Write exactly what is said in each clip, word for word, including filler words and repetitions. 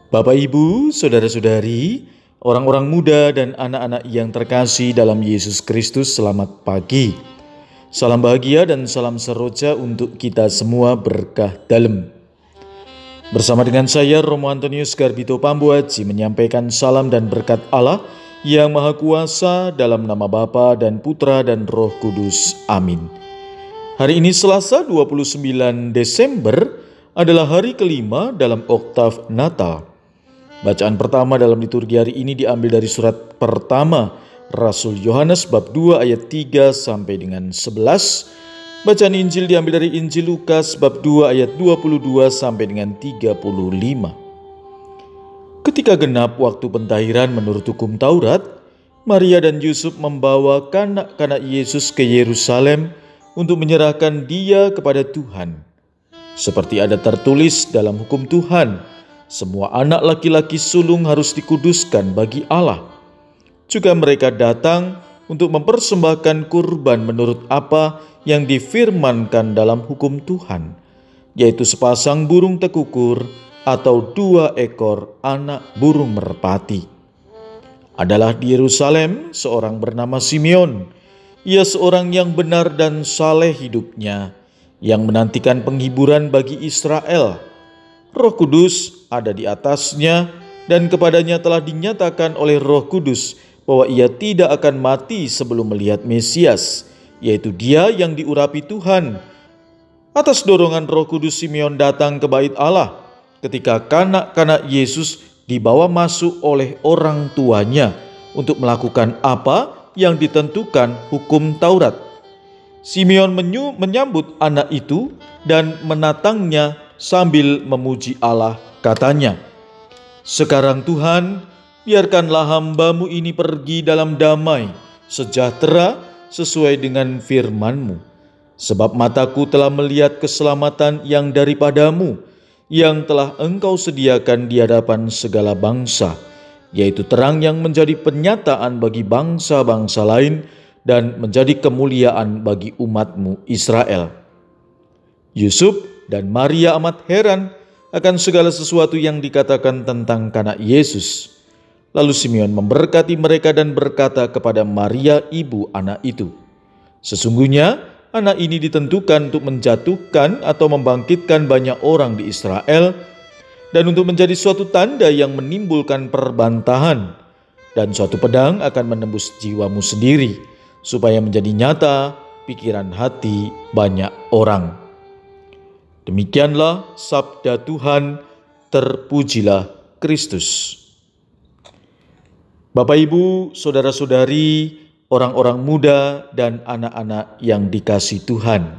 Bapak, Ibu, Saudara-saudari, orang-orang muda dan anak-anak yang terkasih dalam Yesus Kristus, selamat pagi. Salam bahagia dan salam seroja untuk kita semua, berkah dalam. Bersama dengan saya, Romo Antonius Garbito Pambuaji, menyampaikan salam dan berkat Allah yang Maha Kuasa dalam nama Bapa dan Putra dan Roh Kudus. Amin. Hari ini Selasa dua puluh sembilan Desember adalah hari kelima dalam oktav Natal. Bacaan pertama dalam liturgi hari ini diambil dari surat pertama Rasul Yohanes bab dua ayat tiga sampai dengan sebelas. Bacaan Injil diambil dari Injil Lukas bab dua ayat dua puluh dua sampai dengan tiga puluh lima. Ketika genap waktu pentahiran menurut hukum Taurat, Maria dan Yusuf membawa kanak-kanak Yesus ke Yerusalem untuk menyerahkan dia kepada Tuhan. Seperti ada tertulis dalam hukum Tuhan, semua anak laki-laki sulung harus dikuduskan bagi Allah. Juga mereka datang untuk mempersembahkan kurban menurut apa yang difirmankan dalam hukum Tuhan, yaitu sepasang burung tekukur atau dua ekor anak burung merpati. Adalah di Yerusalem seorang bernama Simeon. Ia seorang yang benar dan saleh hidupnya, yang menantikan penghiburan bagi Israel. Roh Kudus ada di atasnya, dan kepadanya telah dinyatakan oleh Roh Kudus bahwa ia tidak akan mati sebelum melihat Mesias, yaitu Dia yang diurapi Tuhan. Atas dorongan Roh Kudus, Simeon datang ke bait Allah ketika kanak-kanak Yesus dibawa masuk oleh orang tuanya untuk melakukan apa yang ditentukan hukum Taurat. Simeon menyambut anak itu dan menatangnya sambil memuji Allah, katanya, "Sekarang Tuhan, biarkanlah hamba-Mu ini pergi dalam damai, sejahtera sesuai dengan firman-Mu. Sebab mataku telah melihat keselamatan yang daripada-Mu, yang telah Engkau sediakan di hadapan segala bangsa, yaitu terang yang menjadi penyataan bagi bangsa-bangsa lain dan menjadi kemuliaan bagi umat-Mu Israel." Yusuf dan Maria amat heran akan segala sesuatu yang dikatakan tentang kanak Yesus. Lalu Simeon memberkati mereka dan berkata kepada Maria, ibu anak itu, "Sesungguhnya anak ini ditentukan untuk menjatuhkan atau membangkitkan banyak orang di Israel, dan untuk menjadi suatu tanda yang menimbulkan perbantahan, dan suatu pedang akan menembus jiwamu sendiri, supaya menjadi nyata pikiran hati banyak orang." Demikianlah sabda Tuhan, terpujilah Kristus. Bapak, Ibu, Saudara-saudari, orang-orang muda dan anak-anak yang dikasihi Tuhan.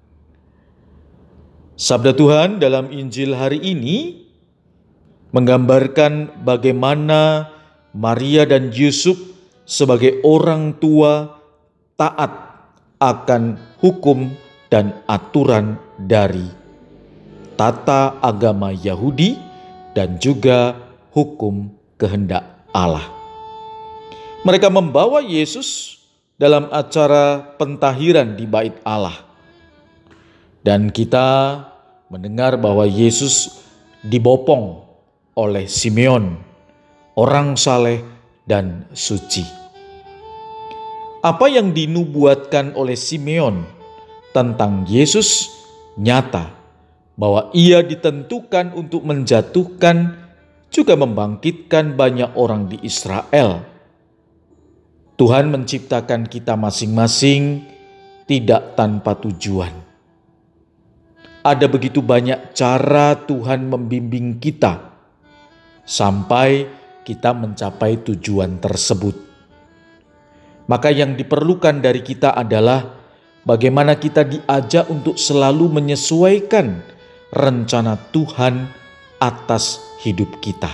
Sabda Tuhan dalam Injil hari ini menggambarkan bagaimana Maria dan Yusuf sebagai orang tua taat akan hukum dan aturan dari tata agama Yahudi dan juga hukum kehendak Allah. Mereka membawa Yesus dalam acara pentahiran di bait Allah. Dan kita mendengar bahwa Yesus dibopong oleh Simeon, orang saleh dan suci. Apa yang dinubuatkan oleh Simeon tentang Yesus nyata, bahwa ia ditentukan untuk menjatuhkan juga membangkitkan banyak orang di Israel. Tuhan menciptakan kita masing-masing tidak tanpa tujuan. Ada begitu banyak cara Tuhan membimbing kita sampai kita mencapai tujuan tersebut. Maka yang diperlukan dari kita adalah bagaimana kita diajak untuk selalu menyesuaikan rencana Tuhan atas hidup kita.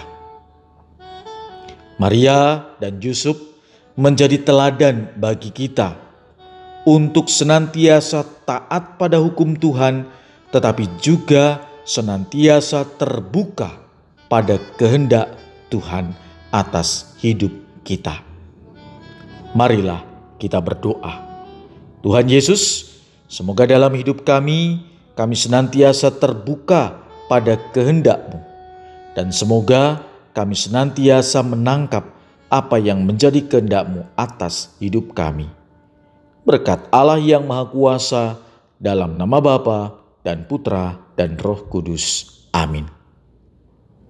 Maria dan Yusuf menjadi teladan bagi kita untuk senantiasa taat pada hukum Tuhan, tetapi juga senantiasa terbuka pada kehendak Tuhan atas hidup kita. Marilah kita berdoa. Tuhan Yesus, semoga dalam hidup kami, kami senantiasa terbuka pada kehendak-Mu. Dan semoga kami senantiasa menangkap apa yang menjadi kehendak-Mu atas hidup kami. Berkat Allah yang Maha Kuasa, dalam nama Bapa dan Putra dan Roh Kudus. Amin.